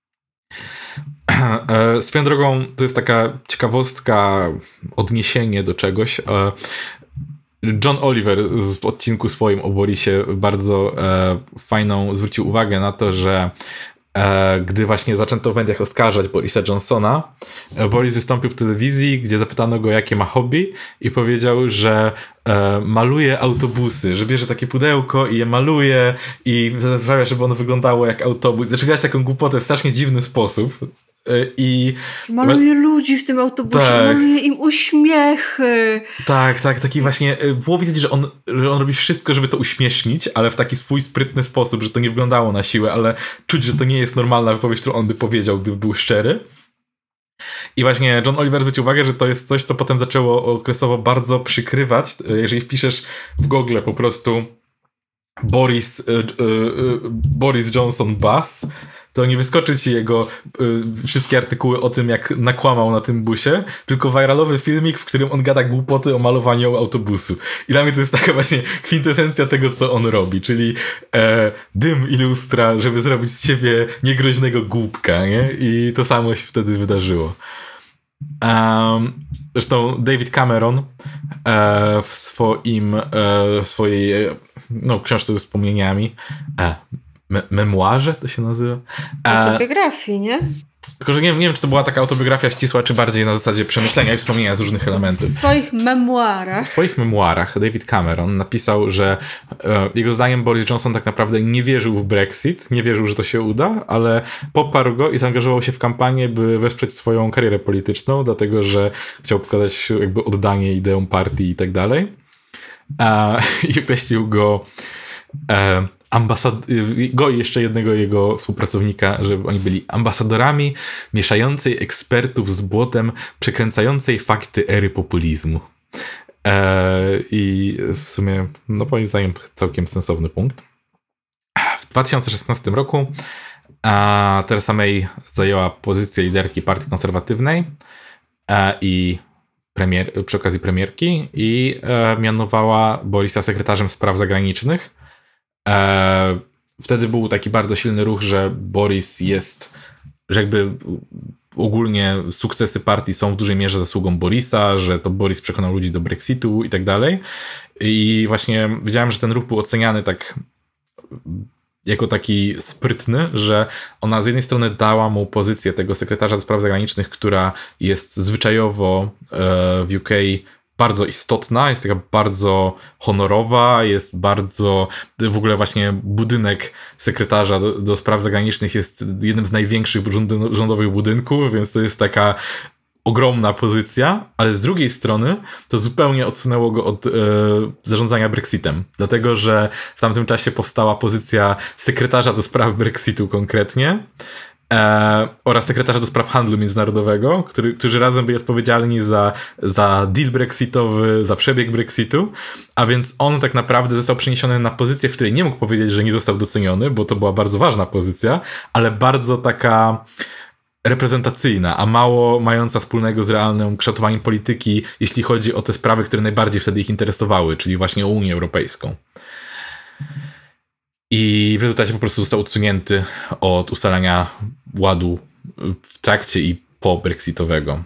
Swoją drogą to jest taka ciekawostka, odniesienie do czegoś. John Oliver w odcinku swoim o Borisie bardzo fajną zwrócił uwagę na to, że gdy właśnie zaczęto w mediach oskarżać Borisa Johnsona, Boris wystąpił w telewizji, gdzie zapytano go, jakie ma hobby, i powiedział, że maluje autobusy, że bierze takie pudełko i je maluje i sprawia, żeby ono wyglądało jak autobus. Zaczął grać taką głupotę w strasznie dziwny sposób. Maluje ludzi w tym autobusie, tak. Maluje im uśmiechy. Tak, taki właśnie, było widać, że on robi wszystko, żeby to uśmiesznić, ale w taki swój sprytny sposób, że to nie wyglądało na siłę, ale czuć, że to nie jest normalna wypowiedź, którą on by powiedział, gdyby był szczery. I właśnie John Oliver zwrócił uwagę, że to jest coś, co potem zaczęło okresowo bardzo przykrywać. Jeżeli wpiszesz w Google po prostu Boris Johnson Bus, to nie wyskoczy ci jego wszystkie artykuły o tym, jak nakłamał na tym busie, tylko viralowy filmik, w którym on gada głupoty o malowaniu autobusu. I dla mnie to jest taka właśnie kwintesencja tego, co on robi, czyli dym i lustra, żeby zrobić z siebie niegroźnego głupka, nie? I to samo się wtedy wydarzyło. Zresztą David Cameron w swojej książce ze wspomnieniami memuarze to się nazywa. Autobiografii, nie? Tylko, że nie wiem, czy to była taka autobiografia ścisła, czy bardziej na zasadzie przemyślenia i wspomnienia z różnych elementów. W swoich memuarach. W swoich memuarach David Cameron napisał, że jego zdaniem Boris Johnson tak naprawdę nie wierzył w Brexit, nie wierzył, że to się uda, ale poparł go i zaangażował się w kampanię, by wesprzeć swoją karierę polityczną, dlatego, że chciał pokazać jakby oddanie ideom partii i tak dalej. I określił go go i jeszcze jednego jego współpracownika, że oni byli ambasadorami mieszającej ekspertów z błotem, przekręcającej fakty ery populizmu. I w sumie, no moim zdaniem, całkiem sensowny punkt. W 2016 roku Theresa May zajęła pozycję liderki partii konserwatywnej i przy okazji premierki i mianowała Borisa sekretarzem spraw zagranicznych. Wtedy był taki bardzo silny ruch, że Boris że jakby ogólnie sukcesy partii są w dużej mierze zasługą Borisa, że to Boris przekonał ludzi do Brexitu i tak dalej. I właśnie wiedziałem, że ten ruch był oceniany tak jako taki sprytny, że ona z jednej strony dała mu pozycję tego sekretarza do spraw zagranicznych, która jest zwyczajowo w UK bardzo istotna, jest taka bardzo honorowa, jest bardzo, w ogóle właśnie budynek sekretarza do spraw zagranicznych jest jednym z największych rządowych budynków, więc to jest taka ogromna pozycja, ale z drugiej strony to zupełnie odsunęło go od zarządzania Brexitem, dlatego że w tamtym czasie powstała pozycja sekretarza do spraw Brexitu konkretnie, oraz sekretarza do spraw handlu międzynarodowego, którzy razem byli odpowiedzialni za deal brexitowy, za przebieg Brexitu, a więc on tak naprawdę został przeniesiony na pozycję, w której nie mógł powiedzieć, że nie został doceniony, bo to była bardzo ważna pozycja, ale bardzo taka reprezentacyjna, a mało mająca wspólnego z realnym kształtowaniem polityki, jeśli chodzi o te sprawy, które najbardziej wtedy ich interesowały, czyli właśnie o Unię Europejską. I w rezultacie po prostu został odsunięty od ustalania ładu w trakcie i po brexitowego.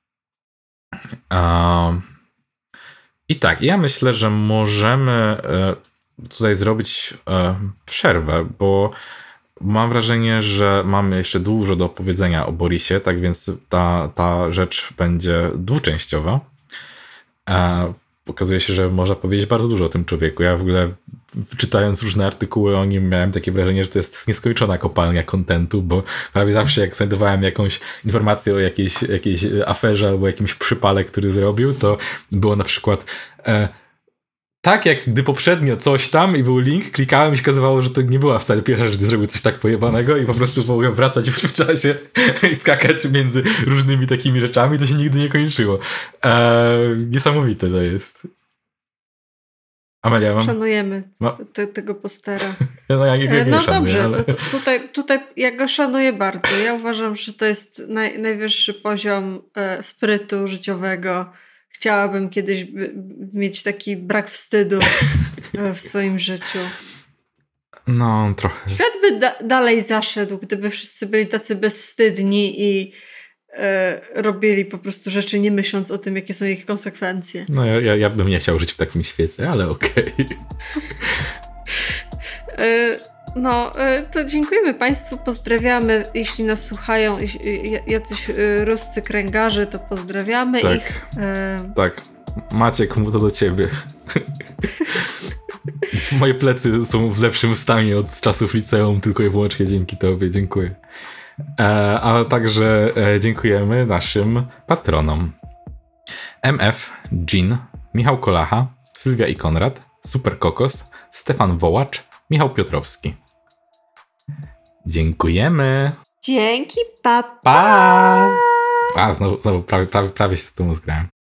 I tak, ja myślę, że możemy tutaj zrobić przerwę, bo mam wrażenie, że mamy jeszcze dużo do opowiedzenia o Borisie, tak więc ta rzecz będzie dwuczęściowa. Okazuje się, że można powiedzieć bardzo dużo o tym człowieku. Ja w ogóle czytając różne artykuły o nim miałem takie wrażenie, że to jest nieskończona kopalnia kontentu, bo prawie zawsze jak znajdowałem jakąś informację o jakiejś aferze albo jakimś przypale, który zrobił, to było na przykład tak jak gdy poprzednio coś tam i był link, klikałem i się okazywało, że to nie była wcale pierwsza rzecz, gdy zrobił coś tak pojebanego i po prostu mogłem wracać w czasie i skakać między różnymi takimi rzeczami, to się nigdy nie kończyło. Niesamowite to jest. Amelia, szanujemy tego postera. No, ja nie no szanuję, dobrze, ale... tutaj ja go szanuję bardzo. Ja uważam, że to jest najwyższy poziom sprytu życiowego. Chciałabym kiedyś mieć taki brak wstydu w swoim życiu. No, trochę. Świat by dalej zaszedł, gdyby wszyscy byli tacy bezwstydni i robili po prostu rzeczy, nie myśląc o tym, jakie są ich konsekwencje. No, ja bym nie chciał żyć w takim świecie, ale okej. To dziękujemy Państwu, pozdrawiamy, jeśli nas słuchają jacyś ruscy kręgarze, to pozdrawiamy ich. Tak, Maciek, to do ciebie. Moje plecy są w lepszym stanie od czasów liceum, tylko i wyłącznie dzięki tobie, dziękuję. A także dziękujemy naszym patronom. MF, Jean, Michał Kolacha, Sylwia i Konrad, Super Kokos, Stefan Wołacz, Michał Piotrowski. Dziękujemy. Dzięki, pa. Znowu prawie się z tym zgrałem.